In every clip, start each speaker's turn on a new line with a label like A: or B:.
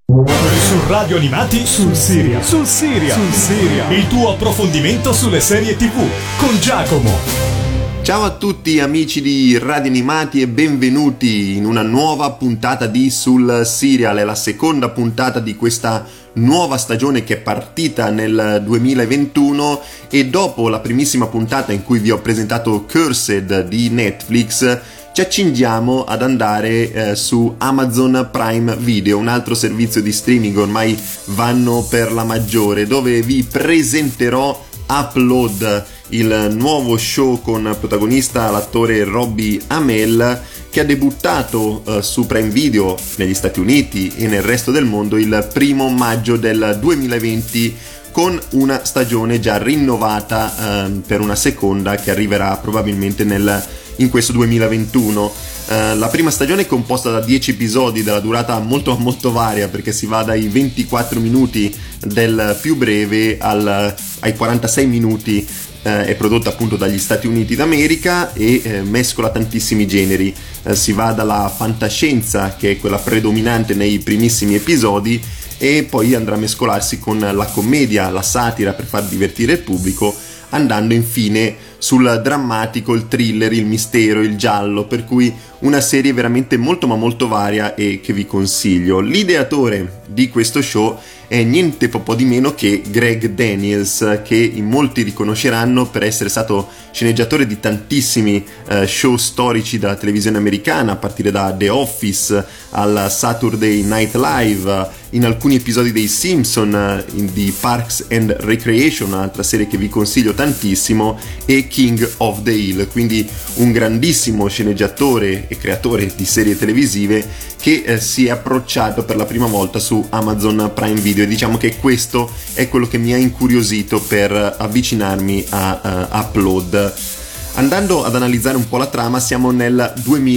A: Su Radio Animati sul Siria. Il tuo approfondimento sulle serie TV con Giacomo.
B: Ciao a tutti amici di Radio Animati e benvenuti in una nuova puntata di Sul Serial. È la seconda puntata di questa nuova stagione che è partita nel 2021 e dopo la primissima puntata in cui vi ho presentato Cursed di Netflix ci accingiamo ad andare su Amazon Prime Video, un altro servizio di streaming ormai vanno per la maggiore, dove vi presenterò Upload, il nuovo show con protagonista l'attore Robbie Amell, che ha debuttato su Prime Video negli Stati Uniti e nel resto del mondo il 1 maggio del 2020 con una stagione già rinnovata per una seconda che arriverà probabilmente in questo 2021. La prima stagione è composta da 10 episodi della durata molto varia, perché si va dai 24 minuti del più breve ai 46 minuti. È prodotta appunto dagli Stati Uniti d'America e mescola tantissimi generi. Si va dalla fantascienza, che è quella predominante nei primissimi episodi, e poi andrà a mescolarsi con la commedia, la satira per far divertire il pubblico, andando infine sul drammatico, il thriller, il mistero, il giallo, per cui una serie veramente molto varia e che vi consiglio. L'ideatore di questo show è niente po' di meno che Greg Daniels, che in molti riconosceranno per essere stato sceneggiatore di tantissimi show storici della televisione americana, a partire da The Office al Saturday Night Live, in alcuni episodi dei Simpson, di Parks and Recreation, un'altra serie che vi consiglio tantissimo, e King of the Hill, quindi un grandissimo sceneggiatore e creatore di serie televisive che si è approcciato per la prima volta su Amazon Prime Video, e diciamo che questo è quello che mi ha incuriosito per avvicinarmi a Upload. Andando ad analizzare un po' la trama, siamo nel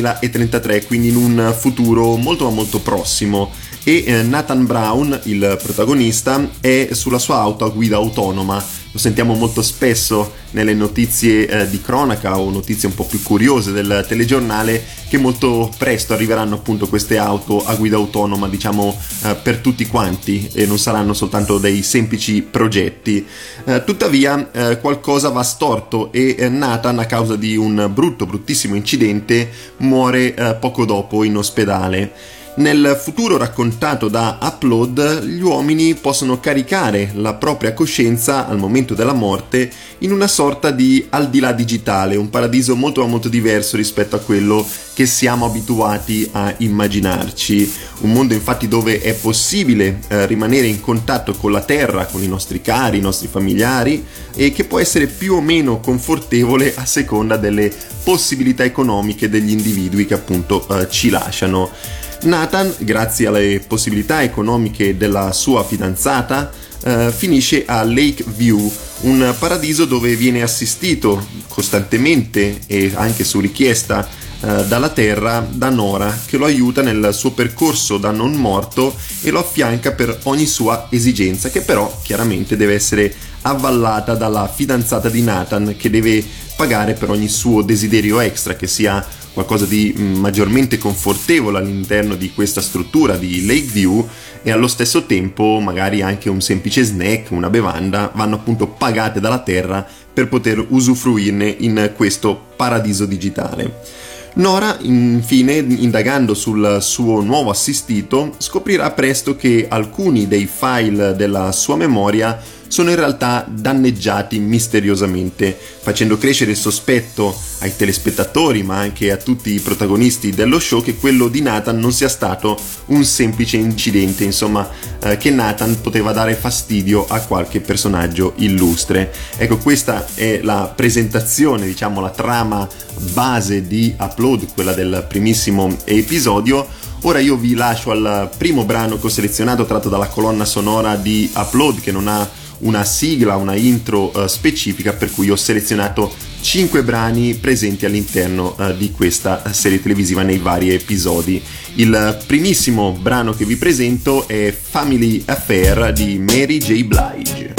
B: 2033, quindi in un futuro molto prossimo, e Nathan Brown, il protagonista, è sulla sua auto a guida autonoma. Lo sentiamo molto spesso nelle notizie di cronaca o notizie un po' più curiose del telegiornale, che molto presto arriveranno appunto queste auto a guida autonoma, diciamo per tutti quanti, e non saranno soltanto dei semplici progetti. Tuttavia qualcosa va storto e Nathan, a causa di un bruttissimo incidente, muore poco dopo in ospedale. Nel futuro raccontato da Upload, gli uomini possono caricare la propria coscienza al momento della morte in una sorta di al di là digitale, un paradiso molto diverso rispetto a quello che siamo abituati a immaginarci. Un mondo infatti dove è possibile rimanere in contatto con la terra, con i nostri cari, i nostri familiari, e che può essere più o meno confortevole a seconda delle possibilità economiche degli individui che appunto ci lasciano. Nathan, grazie alle possibilità economiche della sua fidanzata, finisce a Lakeview, un paradiso dove viene assistito costantemente e anche su richiesta dalla Terra da Nora, che lo aiuta nel suo percorso da non morto e lo affianca per ogni sua esigenza, che però chiaramente deve essere avvallata dalla fidanzata di Nathan, che deve pagare per ogni suo desiderio extra, che sia qualcosa di maggiormente confortevole all'interno di questa struttura di Lakeview, e allo stesso tempo magari anche un semplice snack, una bevanda, vanno appunto pagate dalla Terra per poter usufruirne in questo paradiso digitale. Nora, infine, indagando sul suo nuovo assistito, scoprirà presto che alcuni dei file della sua memoria sono in realtà danneggiati misteriosamente, facendo crescere il sospetto ai telespettatori, ma anche a tutti i protagonisti dello show, che quello di Nathan non sia stato un semplice incidente, insomma, che Nathan poteva dare fastidio a qualche personaggio illustre. Ecco, questa è la presentazione, diciamo la trama base di Upload, quella del primissimo episodio. Ora io vi lascio al primo brano che ho selezionato, tratto dalla colonna sonora di Upload, che non ha una sigla, una intro specifica, per cui ho selezionato 5 brani presenti all'interno di questa serie televisiva nei vari episodi. Il primissimo brano che vi presento è Family Affair di Mary J. Blige.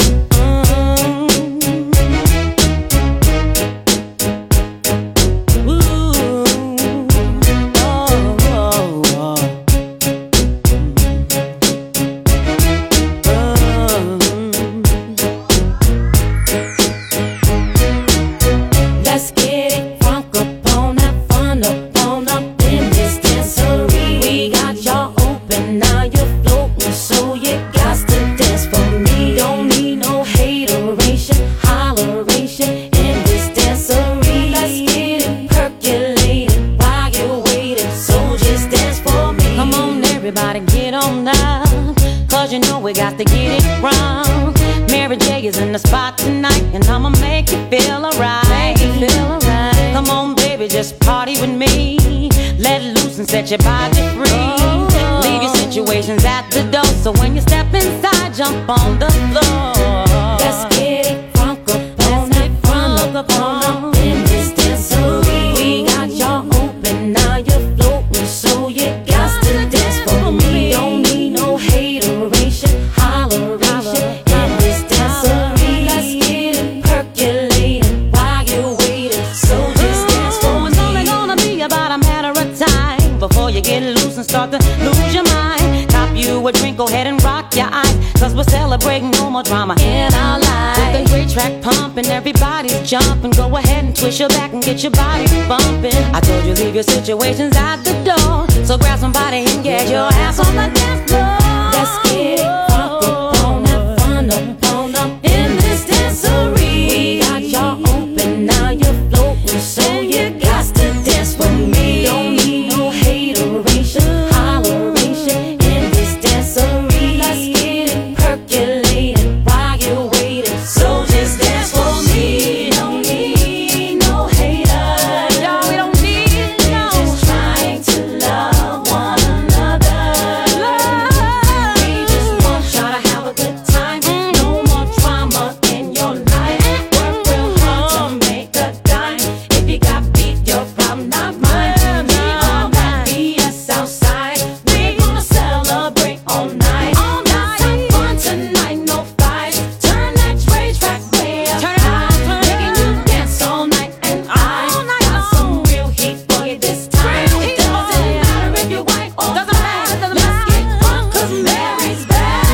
C: 'cause you know we got to get it wrong. Mary J is in the spot tonight, and I'ma make you feel alright. Come on, baby, just party with me. Let loose and set your body free. Leave your situations at the door, so when you step inside, jump on the floor. Let's get it crunk up on in this dancery. We got y'all open, now you're floating, so you got to dance for me. Don't need no hateration, holleration in this dancery. Let's get it percolating while you're waiting, so just dance for me. It's only gonna be about a matter of time before you get loose and start to lose your mind. Cop you a drink, go ahead and rock your eyes, 'cause we're celebrating no more drama in our lives. With the great track pumping, everybody's jumping. Go ahead and twist your back and get your body bumping. I told you leave your situations at the door, so grab somebody and get your ass on the dance floor. Let's get it crunk up on that fun up in this dancery. We got y'all open, now you're floating, so you got to dance with me. Don't need no hateration, holleration in this dancery. Let's get it percolating while you're waiting, so just dance for me. Don't need no haters, y'all, we don't need no. We're just trying to love one another. We just want y'all to have a good time. No more drama in your life. Work real hard to make a dime. If you got beef, your problem, not mine. Me on that BS outside. We're gonna celebrate all night. Let's have fun tonight, no fights. Turn that Dre track way up high, making you dance all night. And I got some real heat for you this time. It doesn't matter if you're white or black. Let's get crunk 'cause Mary's back.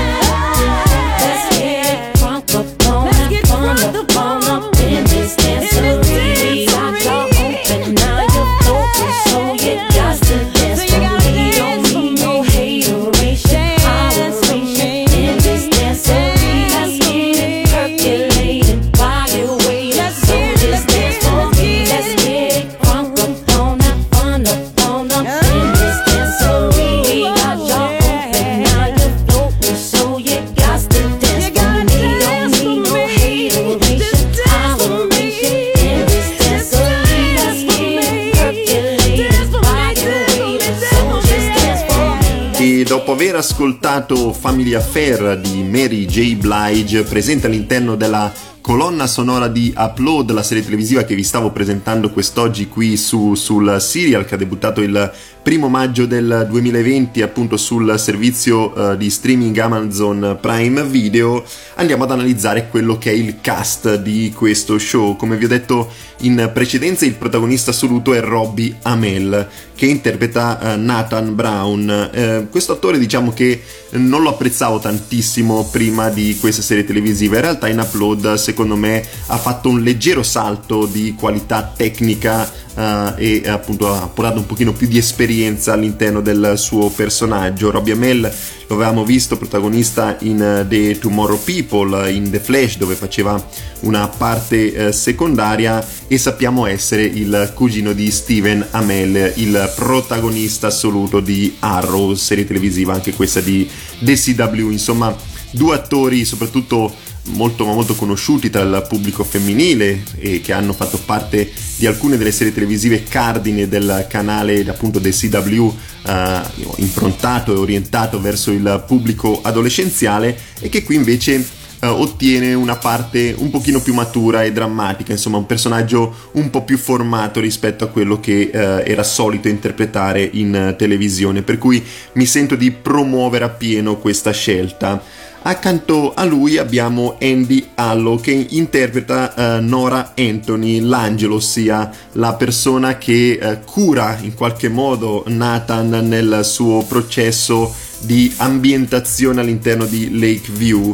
C: Let's get crunk up on that fun up in this dancery. We got y'all open, now you're floating, so you got to dance for me. Don't need no hateration, holleration in this dancery. Let's get it percolating while you're waiting, so just dance for me. Let's get it crunk up on that fun up in this dancery. We got y'all open, now you're floating, so you got to dance for me. Don't need no hateration, holleration in this dancery. Let's get it percolating while you're waiting, so just dance for me.
B: E dopo aver ascoltato Family Affair di Mary J. Blige, presente all'interno della colonna sonora di Upload, la serie televisiva che vi stavo presentando quest'oggi qui sul Serial, che ha debuttato il 1 maggio del 2020 appunto sul servizio di streaming Amazon Prime Video, andiamo ad analizzare quello che è il cast di questo show. Come vi ho detto in precedenza, il protagonista assoluto è Robbie Amell, che interpreta Nathan Brown. Questo attore, diciamo che non lo apprezzavo tantissimo prima di questa serie televisiva. In realtà in Upload, secondo me, ha fatto un leggero salto di qualità tecnica e appunto ha portato un pochino più di esperienza all'interno del suo personaggio. Robbie Amell lo avevamo visto protagonista in The Tomorrow People, in The Flash, dove faceva una parte secondaria, e sappiamo essere il cugino di Stephen Amell, il protagonista assoluto di Arrow, serie televisiva anche questa di The CW. Insomma, due attori soprattutto molto conosciuti tra il pubblico femminile e che hanno fatto parte di alcune delle serie televisive cardine del canale appunto del CW, improntato e orientato verso il pubblico adolescenziale, e che qui invece ottiene una parte un pochino più matura e drammatica, insomma un personaggio un po' più formato rispetto a quello che era solito interpretare in televisione, per cui mi sento di promuovere appieno questa scelta. Accanto a lui abbiamo Andy Allo, che interpreta Nora Anthony, l'angelo, ossia la persona che cura in qualche modo Nathan nel suo processo di ambientazione all'interno di Lakeview.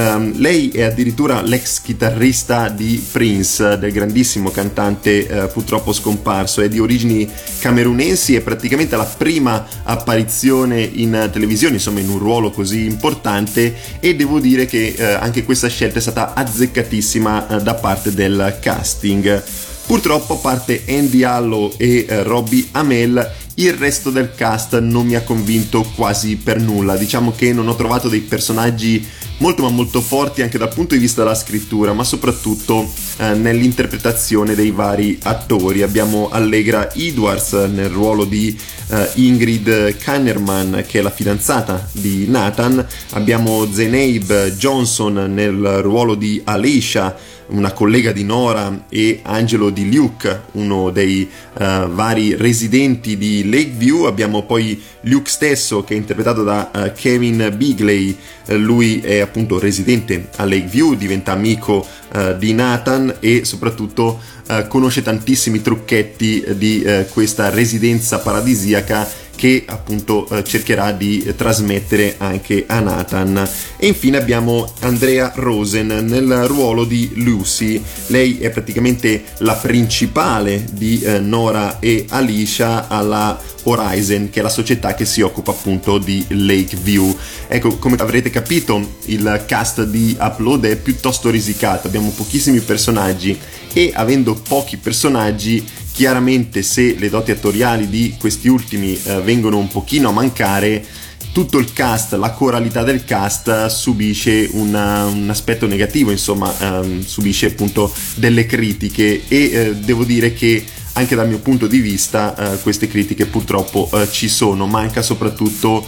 B: Lei è addirittura l'ex chitarrista di Prince, del grandissimo cantante purtroppo scomparso. È di origini camerunesi, è praticamente la prima apparizione in televisione, insomma in un ruolo così importante, e devo dire che anche questa scelta è stata azzeccatissima da parte del casting. Purtroppo, a parte Andy Allo e Robbie Amell, il resto del cast non mi ha convinto quasi per nulla. Diciamo che non ho trovato dei personaggi molto ma molto forti anche dal punto di vista della scrittura, ma soprattutto nell'interpretazione dei vari attori. Abbiamo Allegra Edwards nel ruolo di Ingrid Kannerman, che è la fidanzata di Nathan. Abbiamo Zeneib Johnson nel ruolo di Alicia, una collega di Nora, e Angelo Di Luke, uno dei vari residenti di Lakeview. Abbiamo poi Luke stesso, che è interpretato da Kevin Bigley. Lui è appunto residente a Lakeview, diventa amico di Nathan e soprattutto conosce tantissimi trucchetti di questa residenza paradisiaca che appunto cercherà di trasmettere anche a Nathan. E infine abbiamo Andrea Rosen nel ruolo di Lucy. Lei è praticamente la principale di Nora e Alicia alla Horizon, che è la società che si occupa appunto di Lakeview. Ecco, come avrete capito, il cast di Upload è piuttosto risicato, abbiamo pochissimi personaggi e avendo pochi personaggi, chiaramente se le doti attoriali di questi ultimi vengono un pochino a mancare, tutto il cast, la coralità del cast subisce un aspetto negativo, insomma, subisce appunto delle critiche e devo dire che anche dal mio punto di vista queste critiche purtroppo ci sono. Manca soprattutto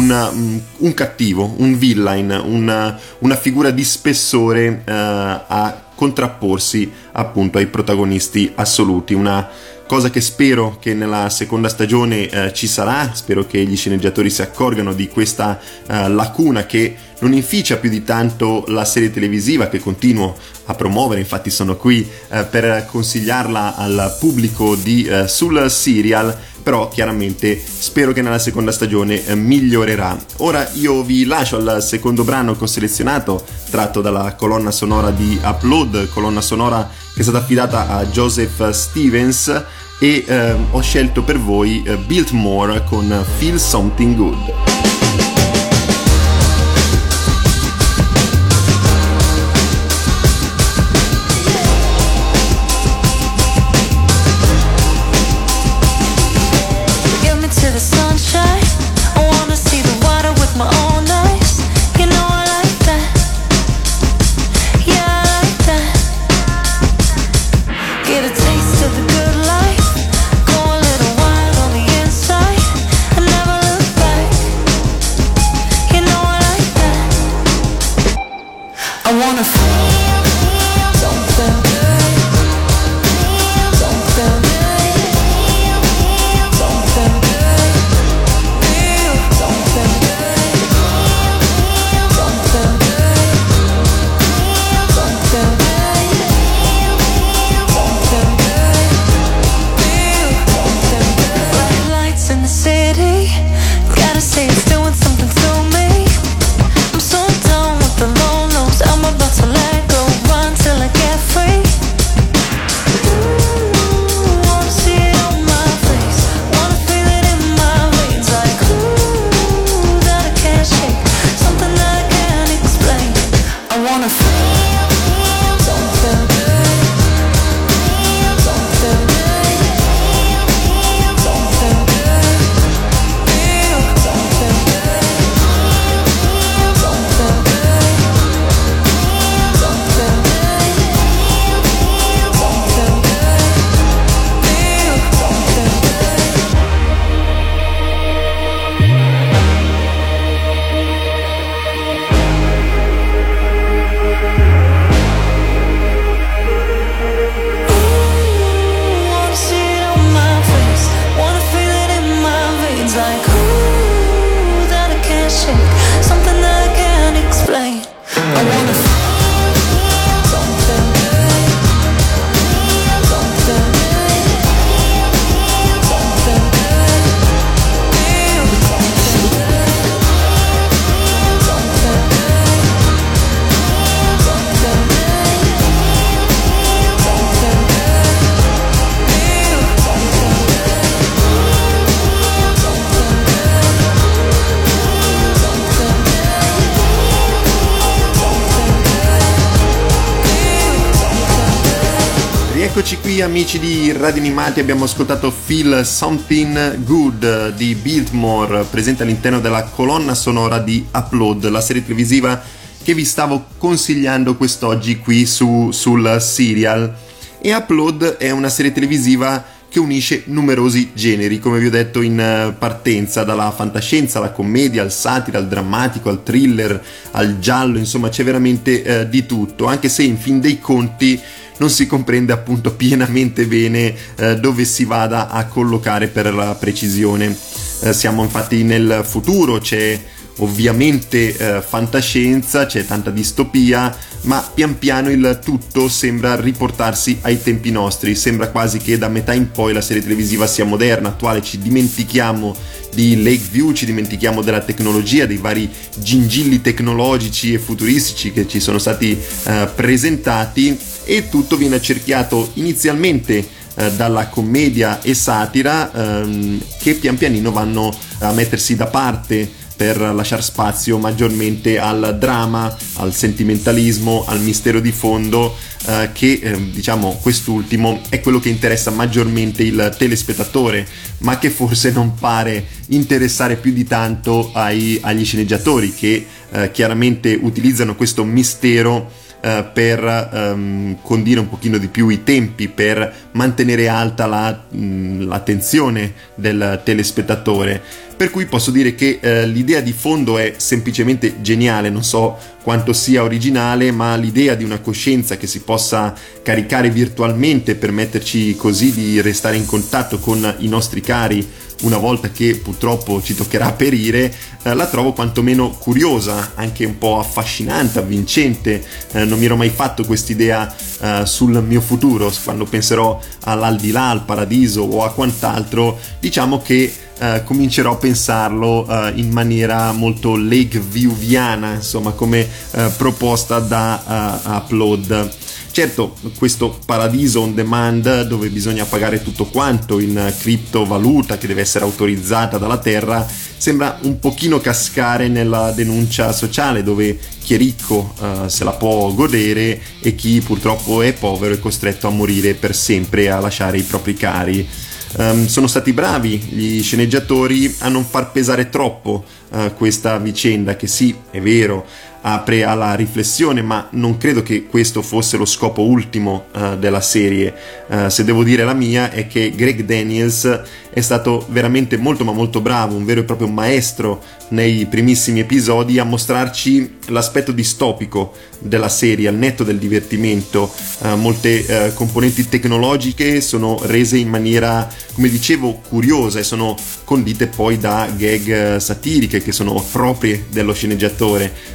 B: un cattivo, un villain, una figura di spessore a contrapporsi appunto ai protagonisti assoluti. Una cosa che spero che nella seconda stagione ci sarà. Spero che gli sceneggiatori si accorgano di questa lacuna che non inficia più di tanto la serie televisiva, che continuo a promuovere. Infatti sono qui per consigliarla al pubblico di sul serial, però chiaramente spero che nella seconda stagione migliorerà. Ora io vi lascio al secondo brano che ho selezionato, tratto dalla colonna sonora di Upload, colonna sonora che è stata affidata a Joseph Stevens, e ho scelto per voi Biltmore con Feel Something Good.
D: Go a little wild on the inside. I never look back.
B: Eccoci qui amici di Radio Animati, abbiamo ascoltato Feel Something Good di Biltmore, presente all'interno della colonna sonora di Upload, la serie televisiva che vi stavo consigliando quest'oggi qui sul Serial. E Upload è una serie televisiva che unisce numerosi generi, come vi ho detto in partenza, dalla fantascienza alla commedia, al satira, al drammatico, al thriller, al giallo, insomma c'è veramente di tutto, anche se in fin dei conti non si comprende appunto pienamente bene dove si vada a collocare per la precisione. Siamo infatti nel futuro, c'è ovviamente fantascienza, c'è tanta distopia, ma pian piano il tutto sembra riportarsi ai tempi nostri, sembra quasi che da metà in poi la serie televisiva sia moderna, attuale, ci dimentichiamo di Lakeview, ci dimentichiamo della tecnologia, dei vari gingilli tecnologici e futuristici che ci sono stati presentati, e tutto viene accerchiato inizialmente dalla commedia e satira che pian pianino vanno a mettersi da parte per lasciare spazio maggiormente al dramma, al sentimentalismo, al mistero di fondo, che diciamo quest'ultimo è quello che interessa maggiormente il telespettatore, ma che forse non pare interessare più di tanto agli sceneggiatori, che chiaramente utilizzano questo mistero per condire un pochino di più i tempi, per mantenere alta l'attenzione del telespettatore. Per cui posso dire che l'idea di fondo è semplicemente geniale, non so quanto sia originale, ma l'idea di una coscienza che si possa caricare virtualmente, permetterci così di restare in contatto con i nostri cari una volta che purtroppo ci toccherà perire, la trovo quantomeno curiosa, anche un po' affascinante, avvincente. Non mi ero mai fatto quest'idea sul mio futuro, quando penserò all'aldilà, al paradiso o a quant'altro, diciamo che comincerò a pensarlo in maniera molto Lakeviewiana, insomma, come proposta da Upload. Certo, questo paradiso on demand, dove bisogna pagare tutto quanto in criptovaluta che deve essere autorizzata dalla terra, sembra un pochino cascare nella denuncia sociale, dove chi è ricco se la può godere e chi purtroppo è povero è costretto a morire per sempre e a lasciare i propri cari. Sono stati bravi gli sceneggiatori a non far pesare troppo questa vicenda, che sì, è vero, apre alla riflessione, ma non credo che questo fosse lo scopo ultimo della serie. Se devo dire la mia, è che Greg Daniels è stato veramente molto ma molto bravo, un vero e proprio maestro nei primissimi episodi a mostrarci l'aspetto distopico della serie, al netto del divertimento. Molte componenti tecnologiche sono rese in maniera, come dicevo, curiosa, e sono condite poi da gag satiriche che sono proprie dello sceneggiatore.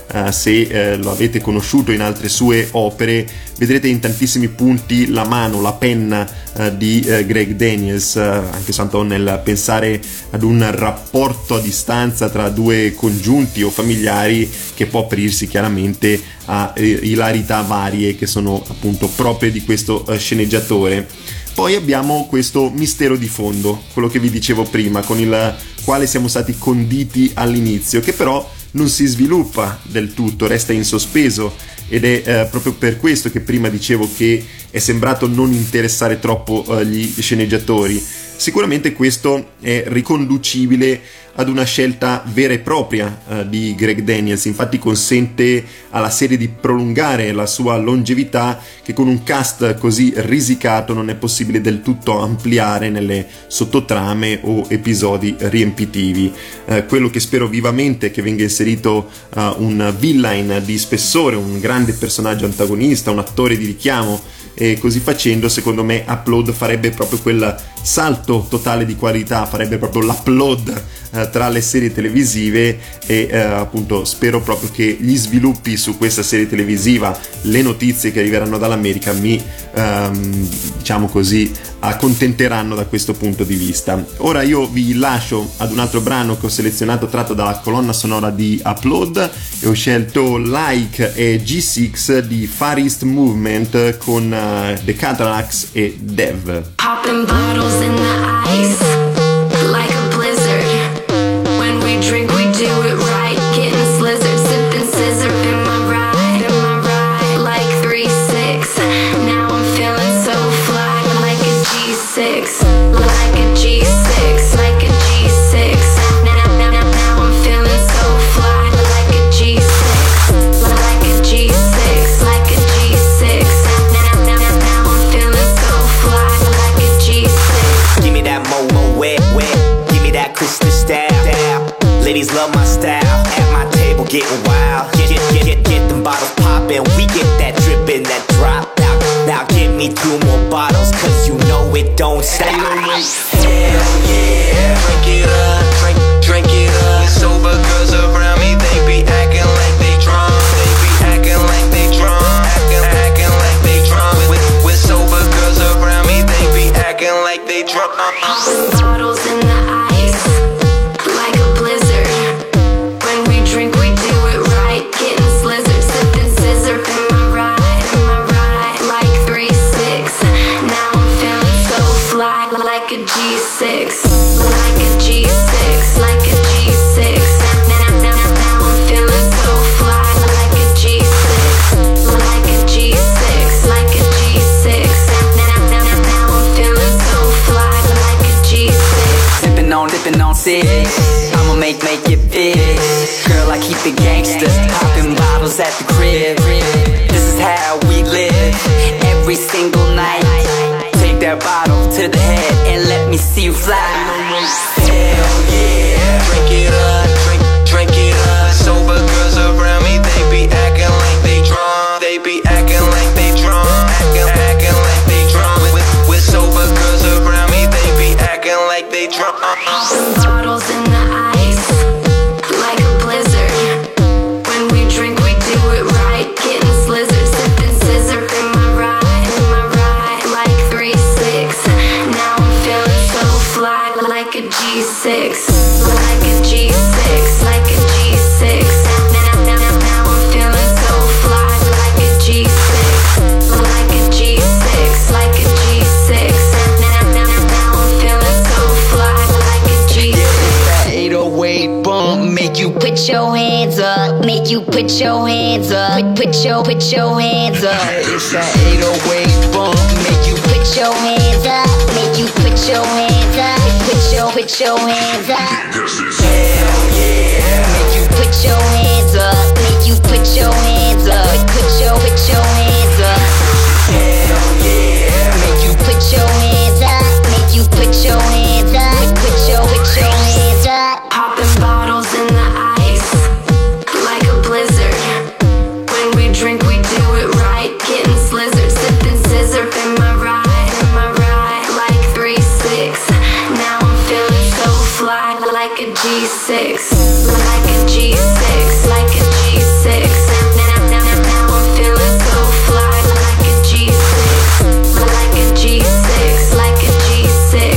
B: Se lo avete conosciuto in altre sue opere, vedrete in tantissimi punti la mano, la penna di Greg Daniels, anche soltanto nel pensare ad un rapporto a distanza tra due congiunti o familiari, che può aprirsi chiaramente a ilarità varie che sono appunto proprie di questo sceneggiatore. Poi abbiamo questo mistero di fondo, quello che vi dicevo prima, con il quale siamo stati conditi all'inizio, che però non si sviluppa del tutto, resta in sospeso, ed è proprio per questo che prima dicevo che è sembrato non interessare troppo gli sceneggiatori. Sicuramente questo è riconducibile ad una scelta vera e propria di Greg Daniels, infatti consente alla serie di prolungare la sua longevità, che con un cast così risicato non è possibile del tutto ampliare nelle sottotrame o episodi riempitivi. Quello che spero vivamente è che venga inserito un villain di spessore, un grande personaggio antagonista, un attore di richiamo, e così facendo secondo me Upload farebbe proprio quel salto totale di qualità, farebbe proprio l'upload tra le serie televisive, e appunto spero proprio che gli sviluppi su questa serie televisiva, le notizie che arriveranno dall'America mi diciamo così accontenteranno da questo punto di vista. Ora io vi lascio ad un altro brano che ho selezionato tratto dalla colonna sonora di Upload, e ho scelto Like e G6 di Far East Movement con The Cadillacs e Dev.
D: Popping bottles in the ice like a blizzard. When we drink, we do it right. Getting slizzard, sipping scissor in my ride like 3-6. Now I'm feeling so fly.
E: Now get them bottles poppin'. We get that drippin', that drop. Now give me 2 more bottles, cause you know it don't stop. Hell yeah, drink it up, drink it up. Sober girls around me, they be acting like they drunk. They be acting like they drunk, acting like they drunk. With sober girls around me, they be acting like they drunk.
D: Bottles in the ice, like a blizzard. When we drink, we do it right, getting slizzard, sipping scissor. Am I right, like 3-6. Now I'm feeling so fly, like a G6, like a G6, like a G6. Now I'm feeling so fly, like a G6, like a G6, like a G6. Now I'm feeling so fly, like a G6.
F: Sippin' on six, I'ma make it big. Girl, I keep it gangsta, poppin' bottles at the crib. This is how we live, every single night. Take that bottle to the head and let me see you fly.
E: Hell yeah, drink it up, drink it up. Sober girls around me, they be acting like they drunk. They be acting like they drunk, acting like they drunk. With sober girls around me, they be acting like they drunk.
D: Bottles in the ice, like a blizzard. When we drink, we do it right, getting slizzard, sipping scissor. Am I right, like 3-6. Now I'm feeling so fly, like a G6, like a G6, like a G6. Now I'm feeling so fly, like a G6, like a G6, like a G6. Now I'm feeling so fly, like a G6.
F: 808 bump, make you
G: put your hands up, make you put your hands up, put your hands up.
F: It's that 808 bump, make you
G: put your hands up, make you put your hands up, put your hands up.
E: Hell yeah,
G: make you put your hands up, make you put your hands up, put your hands up.
E: Hell yeah,
G: make you put your hands up, make you put your hands up, put your hands up.
D: Popping bottles in the ice, like a blizzard. When we drink, we do it right, getting slizzard, sipping scissor. Am I right, like 3-6. Now I'm feeling so fly, like a G6, like a G6, like a G6. Now I'm feeling so fly, like a G6, like a G6, like a G6.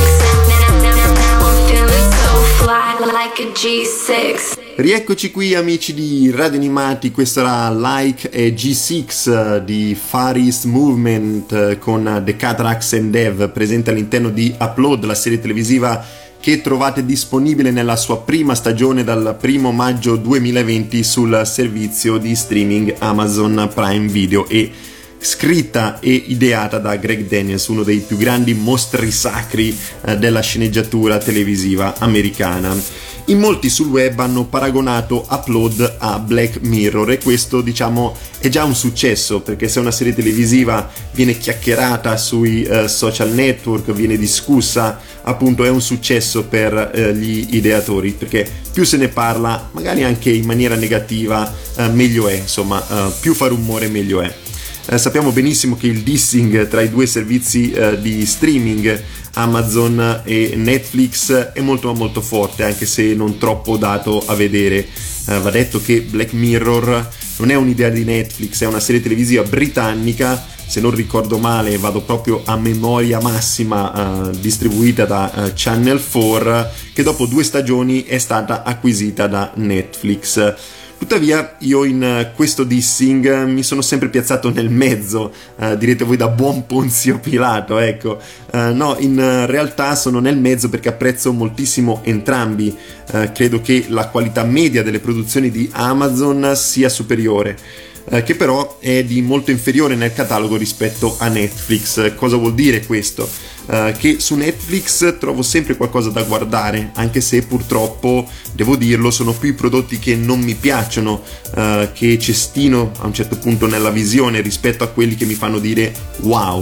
D: Now I'm feeling so fly, like a G6.
B: Rieccoci qui amici di Radio Animati, questo era Like e G6 di Far East Movement con The Cataracts and Dev, presente all'interno di Upload, la serie televisiva che trovate disponibile nella sua prima stagione dal 1 maggio 2020 sul servizio di streaming Amazon Prime Video e scritta e ideata da Greg Daniels, uno dei più grandi mostri sacri della sceneggiatura televisiva americana. In molti sul web hanno paragonato Upload a Black Mirror e questo, diciamo, è già un successo, perché se una serie televisiva viene chiacchierata sui social network, viene discussa, appunto è un successo per gli ideatori, perché più se ne parla, magari anche in maniera negativa, meglio è, insomma, più fa rumore meglio è. Sappiamo benissimo che il dissing tra i due servizi di streaming, Amazon e Netflix, è molto molto forte, anche se non troppo dato a vedere. Va detto che Black Mirror non è un'idea di Netflix, è una serie televisiva britannica, se non ricordo male, vado proprio a memoria massima, distribuita da Channel 4, che dopo 2 stagioni è stata acquisita da Netflix. Tuttavia io in questo dissing mi sono sempre piazzato nel mezzo, direte voi da buon Ponzio Pilato, ecco. No, in realtà sono nel mezzo perché apprezzo moltissimo entrambi. Credo che la qualità media delle produzioni di Amazon sia superiore, che però è di molto inferiore nel catalogo rispetto a Netflix. Cosa vuol dire questo? Che su Netflix trovo sempre qualcosa da guardare, anche se purtroppo, devo dirlo, sono più i prodotti che non mi piacciono, che cestino a un certo punto nella visione, rispetto a quelli che mi fanno dire wow.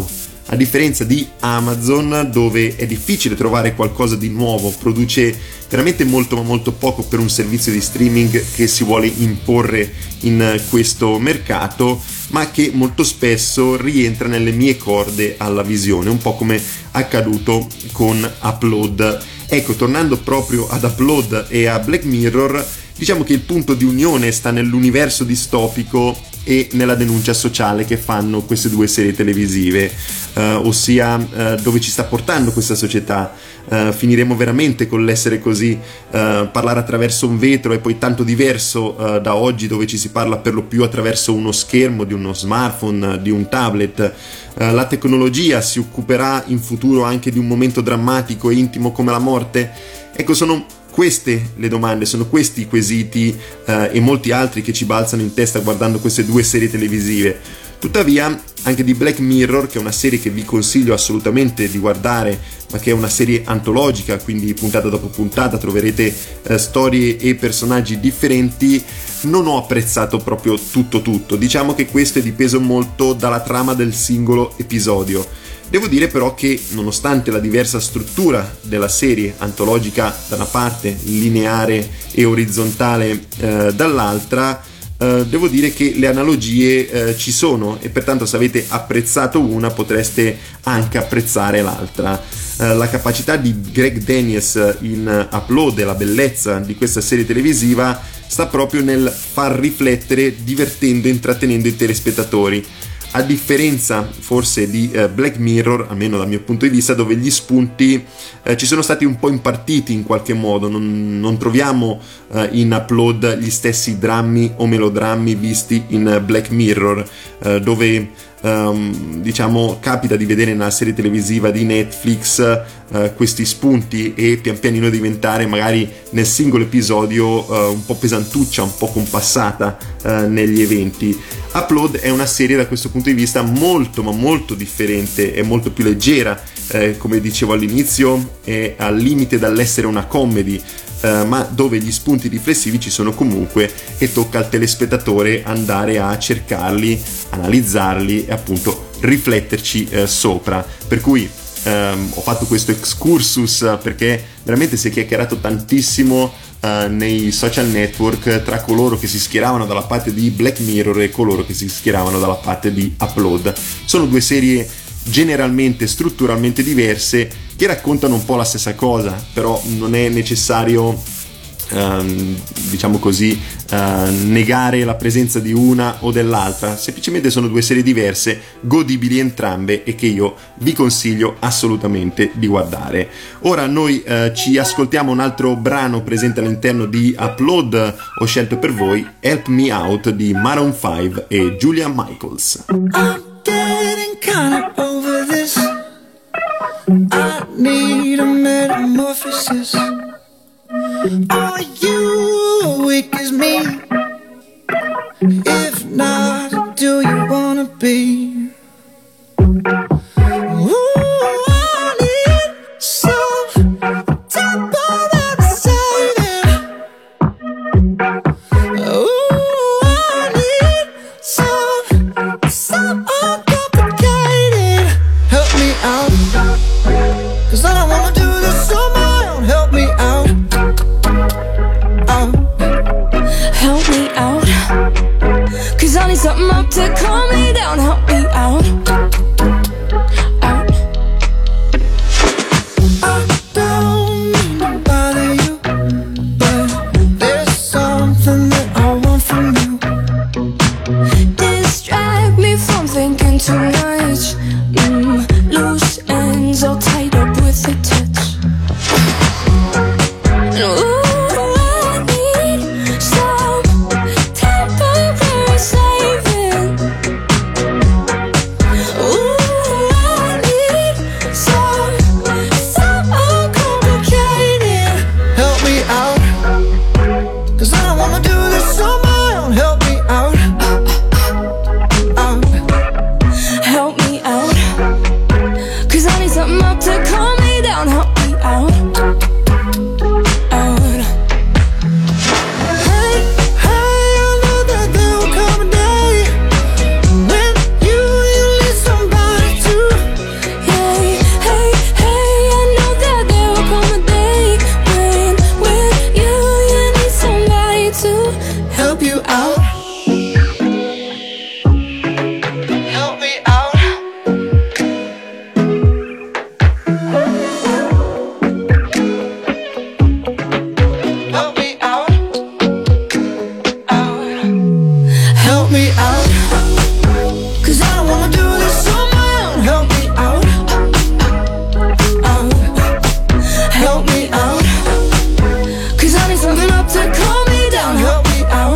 B: A differenza di Amazon, dove è difficile trovare qualcosa di nuovo, produce veramente molto ma molto poco per un servizio di streaming che si vuole imporre in questo mercato, ma che molto spesso rientra nelle mie corde alla visione, un po' come accaduto con Upload. Ecco, tornando proprio ad Upload e a Black Mirror, diciamo che il punto di unione sta nell'universo distopico e nella denuncia sociale che fanno queste due serie televisive, ossia dove ci sta portando questa società. Finiremo veramente con l'essere così, parlare attraverso un vetro è poi tanto diverso da oggi, dove ci si parla per lo più attraverso uno schermo di uno smartphone, di un tablet. La tecnologia si occuperà in futuro anche di un momento drammatico e intimo come la morte? Ecco, sono queste le domande, sono questi i quesiti e molti altri che ci balzano in testa guardando queste due serie televisive. Tuttavia, anche di Black Mirror, che è una serie che vi consiglio assolutamente di guardare, ma che è una serie antologica, quindi puntata dopo puntata troverete storie e personaggi differenti, non ho apprezzato proprio tutto. Diciamo che questo è dipeso molto dalla trama del singolo episodio. Devo dire però che, nonostante la diversa struttura della serie, antologica da una parte, lineare e orizzontale dall'altra, devo dire che le analogie ci sono, e pertanto se avete apprezzato una potreste anche apprezzare l'altra. La capacità di Greg Daniels in Upload e la bellezza di questa serie televisiva sta proprio nel far riflettere, divertendo e intrattenendo i telespettatori, a differenza forse di Black Mirror, almeno dal mio punto di vista, dove gli spunti ci sono stati un po' impartiti in qualche modo. Non troviamo in Upload gli stessi drammi o melodrammi visti in Black Mirror, dove diciamo capita di vedere nella serie televisiva di Netflix questi spunti e pian pianino diventare magari nel singolo episodio un po' pesantuccia, un po' compassata negli eventi. Upload è una serie da questo punto di vista molto ma molto differente, è molto più leggera, come dicevo all'inizio è al limite dall'essere una comedy, ma dove gli spunti riflessivi ci sono comunque e tocca al telespettatore andare a cercarli, analizzarli e appunto rifletterci sopra. Per cui ho fatto questo excursus perché veramente si è chiacchierato tantissimo nei social network tra coloro che si schieravano dalla parte di Black Mirror e coloro che si schieravano dalla parte di Upload. Sono due serie generalmente strutturalmente diverse che raccontano un po' la stessa cosa, però non è necessario diciamo così negare la presenza di una o dell'altra, semplicemente sono due serie diverse, godibili entrambe e che io vi consiglio assolutamente di guardare. Ora noi ci ascoltiamo un altro brano presente all'interno di Upload. Ho scelto per voi Help Me Out di Maroon 5 e Julia Michaels.
H: Getting kinda over this. I need a metamorphosis. Are you awake as me? If not, do you wanna be? Ooh, I need some temporary saving. Ooh, I need some uncomplicated. Help me out, 'cause I don't wanna do this on my own. Help me out.
I: Help me out, 'cause I need something up to calm me down. Help me out, out.
H: I don't mean to bother you, but there's something that I want from you.
I: Distract me from thinking too much. Loose ends all tied up with a touch. Ooh, I need some temporary saving.
H: me out, 'cause I don't wanna do this on my own. Help me out, help me out, 'cause I need something up to calm me down. Help me out,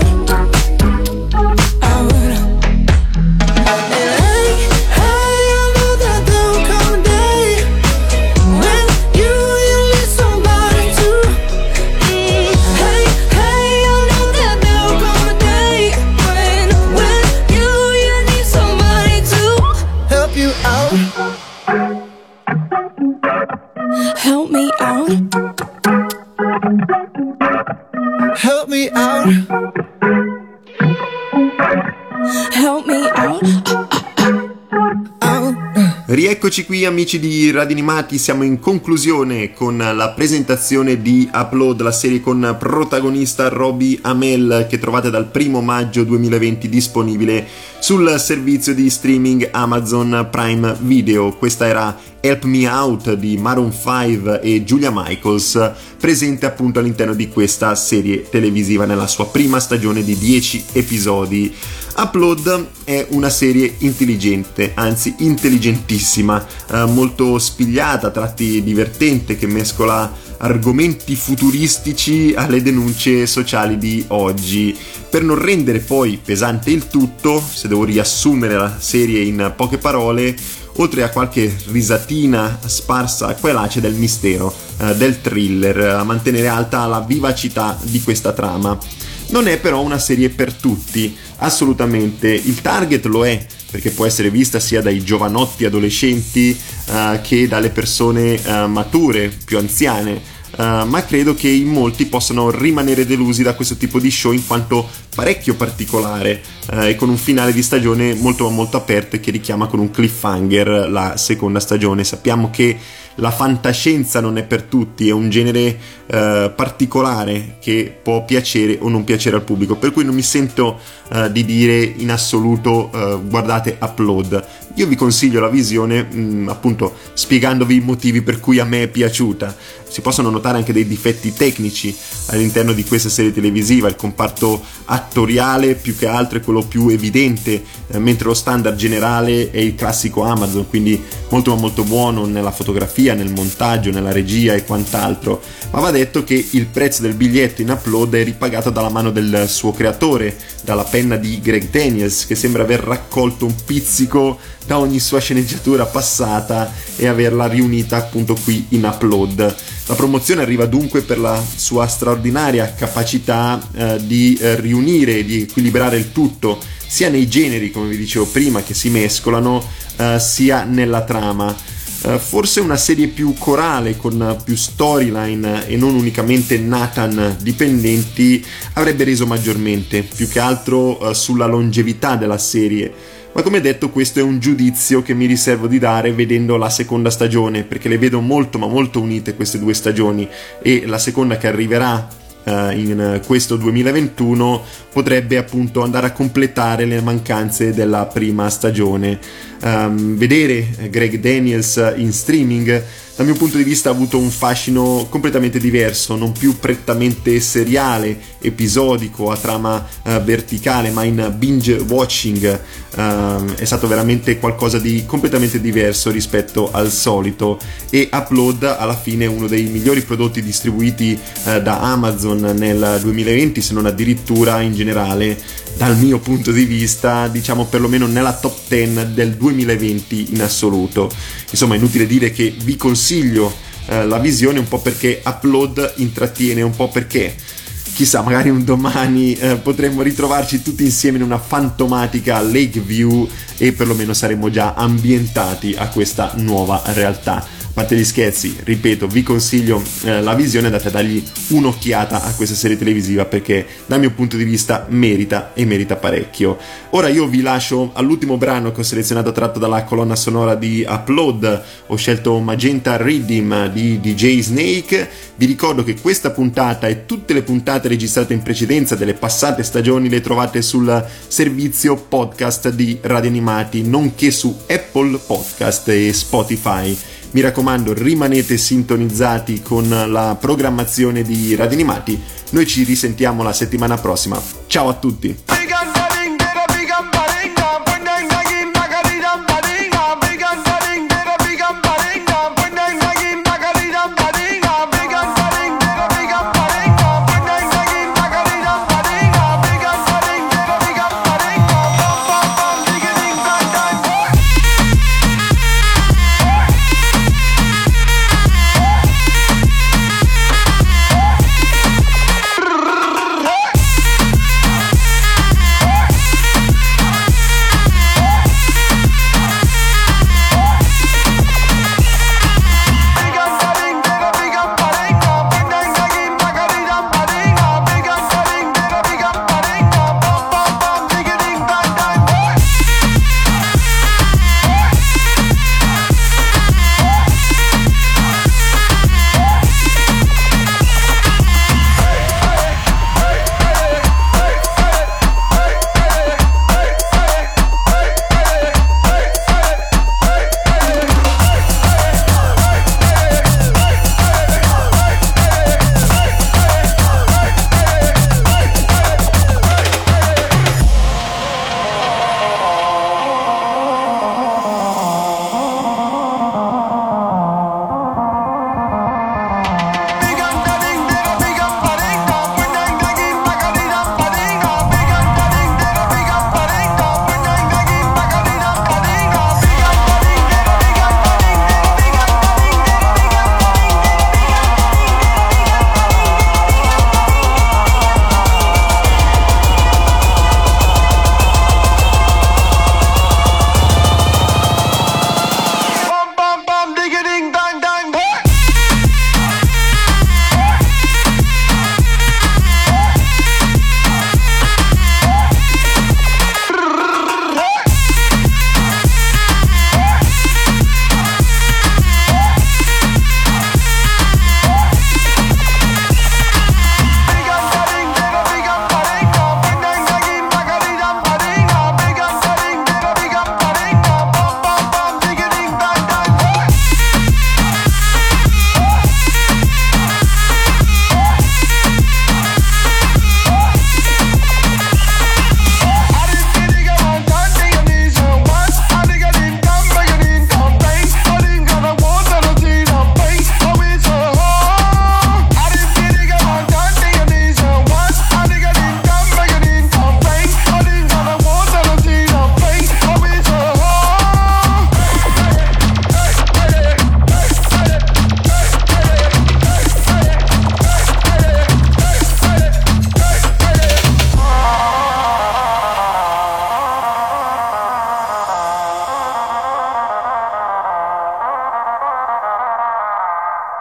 H: And hey, I know that there'll come a day when you need somebody to. Hey, I know that there'll come a day when you need somebody to help you out. Help me out. Help me out. Help me out.
B: Rieccoci qui amici di Radio Animati, siamo in conclusione con la presentazione di Upload, la serie con protagonista Robbie Amell che trovate dal 1 maggio 2020 disponibile sul servizio di streaming Amazon Prime Video. Questa era Help Me Out di Maroon 5 e Julia Michaels, presente appunto all'interno di questa serie televisiva nella sua prima stagione di 10 episodi. Upload è una serie intelligente, anzi intelligentissima, molto spigliata, a tratti divertente, che mescola argomenti futuristici alle denunce sociali di oggi. Per non rendere poi pesante il tutto, se devo riassumere la serie in poche parole, oltre a qualche risatina sparsa qua e là c'è del mistero, del thriller, a mantenere alta la vivacità di questa trama. Non è però una serie per tutti, assolutamente. Il target lo è, perché può essere vista sia dai giovanotti adolescenti che dalle persone mature, più anziane. Ma credo che in molti possano rimanere delusi da questo tipo di show, in quanto parecchio particolare e con un finale di stagione molto molto aperto e che richiama con un cliffhanger la seconda stagione. Sappiamo che la fantascienza non è per tutti, è un genere particolare che può piacere o non piacere al pubblico, per cui non mi sento di dire in assoluto guardate Upload. Io vi consiglio la visione appunto spiegandovi i motivi per cui a me è piaciuta. Si possono notare anche dei difetti tecnici all'interno di questa serie televisiva. Il comparto attoriale più che altro è quello più evidente, mentre lo standard generale è il classico Amazon, quindi molto molto buono nella fotografia, nel montaggio, nella regia e quant'altro. Ma va detto che il prezzo del biglietto in Upload è ripagato dalla mano del suo creatore, dalla penna di Greg Daniels, che sembra aver raccolto un pizzico da ogni sua sceneggiatura passata e averla riunita appunto qui in Upload. La promozione arriva dunque per la sua straordinaria capacità di riunire e di equilibrare il tutto, sia nei generi, come vi dicevo prima, che si mescolano, sia nella trama. Forse una serie più corale, con più storyline e non unicamente Nathan dipendenti, avrebbe reso maggiormente, più che altro sulla longevità della serie. Ma come detto, questo è un giudizio che mi riservo di dare vedendo la seconda stagione, perché le vedo molto ma molto unite queste due stagioni, e la seconda che arriverà in questo 2021 potrebbe appunto andare a completare le mancanze della prima stagione. Vedere Greg Daniels in streaming dal mio punto di vista ha avuto un fascino completamente diverso, non più prettamente seriale, episodico, a trama verticale, ma in binge watching. È stato veramente qualcosa di completamente diverso rispetto al solito, e Upload alla fine è uno dei migliori prodotti distribuiti da Amazon nel 2020, se non addirittura in generale, dal mio punto di vista, diciamo perlomeno nella top 10 del 2020 in assoluto. Insomma, è inutile dire che vi consiglio la visione, un po' perché Upload intrattiene, un po' perché chissà, magari un domani potremmo ritrovarci tutti insieme in una fantomatica Lakeview e perlomeno saremmo già ambientati a questa nuova realtà. A parte gli scherzi, ripeto, vi consiglio la visione, andate a dargli un'occhiata a questa serie televisiva, perché dal mio punto di vista merita e merita parecchio. Ora io vi lascio all'ultimo brano che ho selezionato tratto dalla colonna sonora di Upload. Ho scelto Magenta Rhythm di DJ Snake. Vi ricordo che questa puntata e tutte le puntate registrate in precedenza delle passate stagioni le trovate sul servizio podcast di Radio Animati, nonché su Apple Podcast e Spotify. Mi raccomando, rimanete sintonizzati con la programmazione di Radio Animati. Noi ci risentiamo la settimana prossima. Ciao a tutti!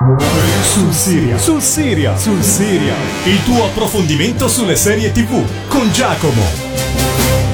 A: Sul Siria, il tuo approfondimento sulle serie TV con Giacomo.